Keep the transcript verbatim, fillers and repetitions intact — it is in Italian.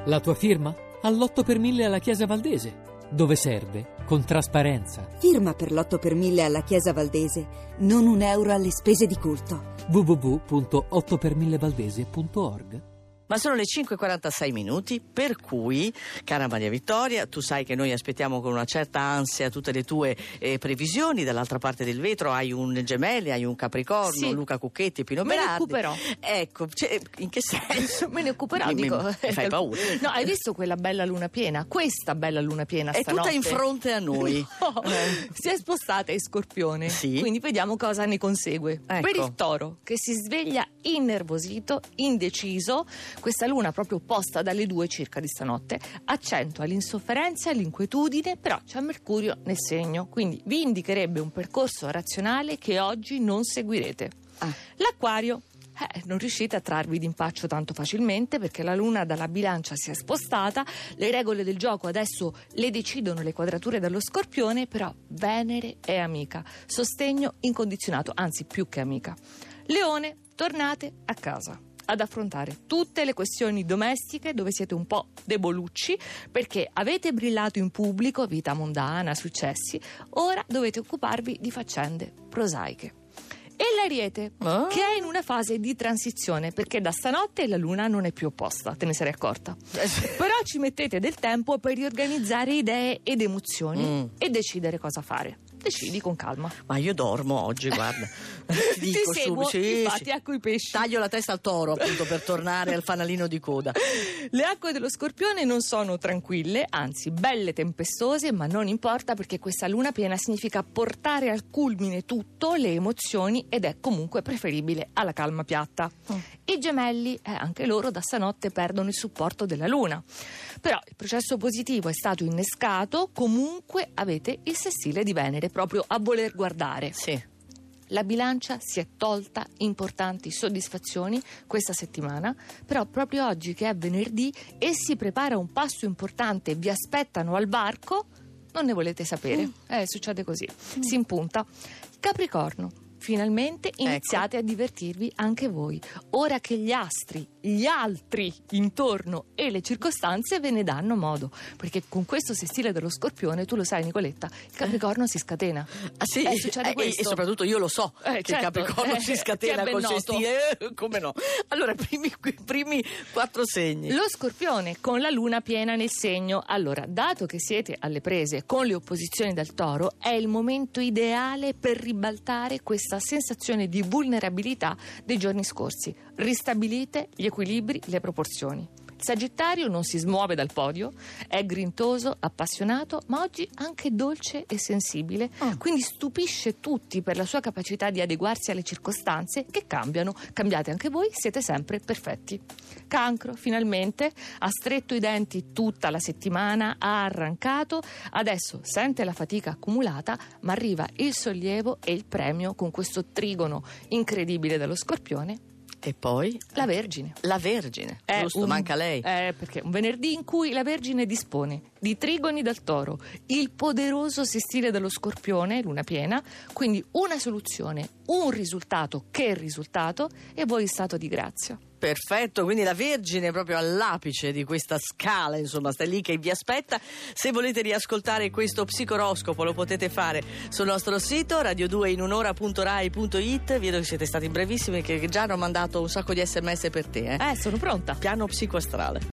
La tua firma? All'otto per mille alla Chiesa Valdese, dove serve con trasparenza. Firma per l'otto per mille alla Chiesa Valdese, non un euro alle spese di culto. w w w punto otto per mille valdese punto org. Ma sono le cinque e quarantasei minuti, per cui, cara Maria Vittoria, tu sai che noi aspettiamo con una certa ansia tutte le tue eh, previsioni. Dall'altra parte del vetro hai un Gemelli, hai un Capricorno, sì. Luca Cucchetti e Pino Me ne Berardi. occuperò. Ecco, cioè, in che senso? Me ne occuperò, mi, dico. Mi, mi fai paura. No, hai visto quella bella luna piena? Questa bella luna piena È stanotte. tutta in fronte a noi. No, eh. Si è spostata in Scorpione. Sì. Quindi vediamo cosa ne consegue. Ecco. Per il Toro, che si sveglia innervosito, indeciso, questa luna proprio posta dalle due circa di stanotte accentua l'insofferenza e l'inquietudine, però c'è Mercurio nel segno, quindi vi indicherebbe un percorso razionale che oggi non seguirete. Ah. L'Acquario, eh, non riuscite a trarvi d'impaccio tanto facilmente perché la luna dalla bilancia si è spostata, le regole del gioco adesso le decidono le quadrature dallo Scorpione, però Venere è amica, sostegno incondizionato, anzi più che amica. Leone, tornate a casa ad affrontare tutte le questioni domestiche dove siete un po' debolucci perché avete brillato in pubblico, vita mondana, successi, ora dovete occuparvi di faccende prosaiche. E l'Ariete, oh. che è in una fase di transizione perché da stanotte la luna non è più opposta, te ne sarei accorta. Però ci mettete del tempo per riorganizzare idee ed emozioni mm. e decidere cosa fare. Decidi con calma. Ma io dormo oggi, guarda. Ti, dico Ti seguo, subito, sì, infatti, sì. ecco i pesci. Taglio la testa al toro, appunto, per tornare al fanalino di coda. Le acque dello Scorpione non sono tranquille, anzi belle tempestose, ma non importa perché questa luna piena significa portare al culmine tutto, le emozioni, ed è comunque preferibile alla calma piatta. Mm. I Gemelli, eh, anche loro da stanotte perdono il supporto della luna. Però il processo positivo è stato innescato, comunque avete il sestile di Venere proprio a voler guardare. Sì. La bilancia si è tolta importanti soddisfazioni questa settimana, però proprio oggi che è venerdì e si prepara un passo importante, vi aspettano al varco, non ne volete sapere. Mm. Eh, succede così, mm. si impunta. Capricorno, finalmente iniziate ecco. a divertirvi anche voi, ora che gli astri, gli altri intorno e le circostanze ve ne danno modo, perché con questo sestile dello Scorpione, tu lo sai Nicoletta, il Capricorno si scatena. Ah sì, eh, succede eh, questo. E soprattutto io lo so eh, che certo. il Capricorno eh, si scatena col sestile, eh, come no? Allora, primi, primi quattro segni. Lo Scorpione con la luna piena nel segno. Allora, dato che siete alle prese con le opposizioni del Toro, è il momento ideale per ribaltare questa sensazione di vulnerabilità dei giorni scorsi. Ristabilite gli equilibri, le proporzioni. Il Sagittario non si smuove dal podio, è grintoso, appassionato, ma oggi anche dolce e sensibile, oh. quindi stupisce tutti per la sua capacità di adeguarsi alle circostanze che cambiano. Cambiate anche voi, siete sempre perfetti. Cancro, finalmente, ha stretto i denti tutta la settimana, ha arrancato, adesso sente la fatica accumulata, ma arriva il sollievo e il premio con questo trigono incredibile dello Scorpione. E poi? La Vergine. La Vergine, è giusto, un, manca lei. Eh, perché un venerdì in cui la Vergine dispone di trigoni dal Toro, il poderoso sestile dello Scorpione, luna piena, quindi una soluzione, un risultato, che risultato, e voi in stato di grazia. Perfetto, quindi la Vergine è proprio all'apice di questa scala, insomma, sta lì che vi aspetta. Se volete riascoltare questo psicoroscopo lo potete fare sul nostro sito radio due in un'ora punto rai punto it. Vedo che siete stati brevissimi, che già hanno mandato un sacco di sms per te. Eh, eh sono pronta. Piano psicoastrale.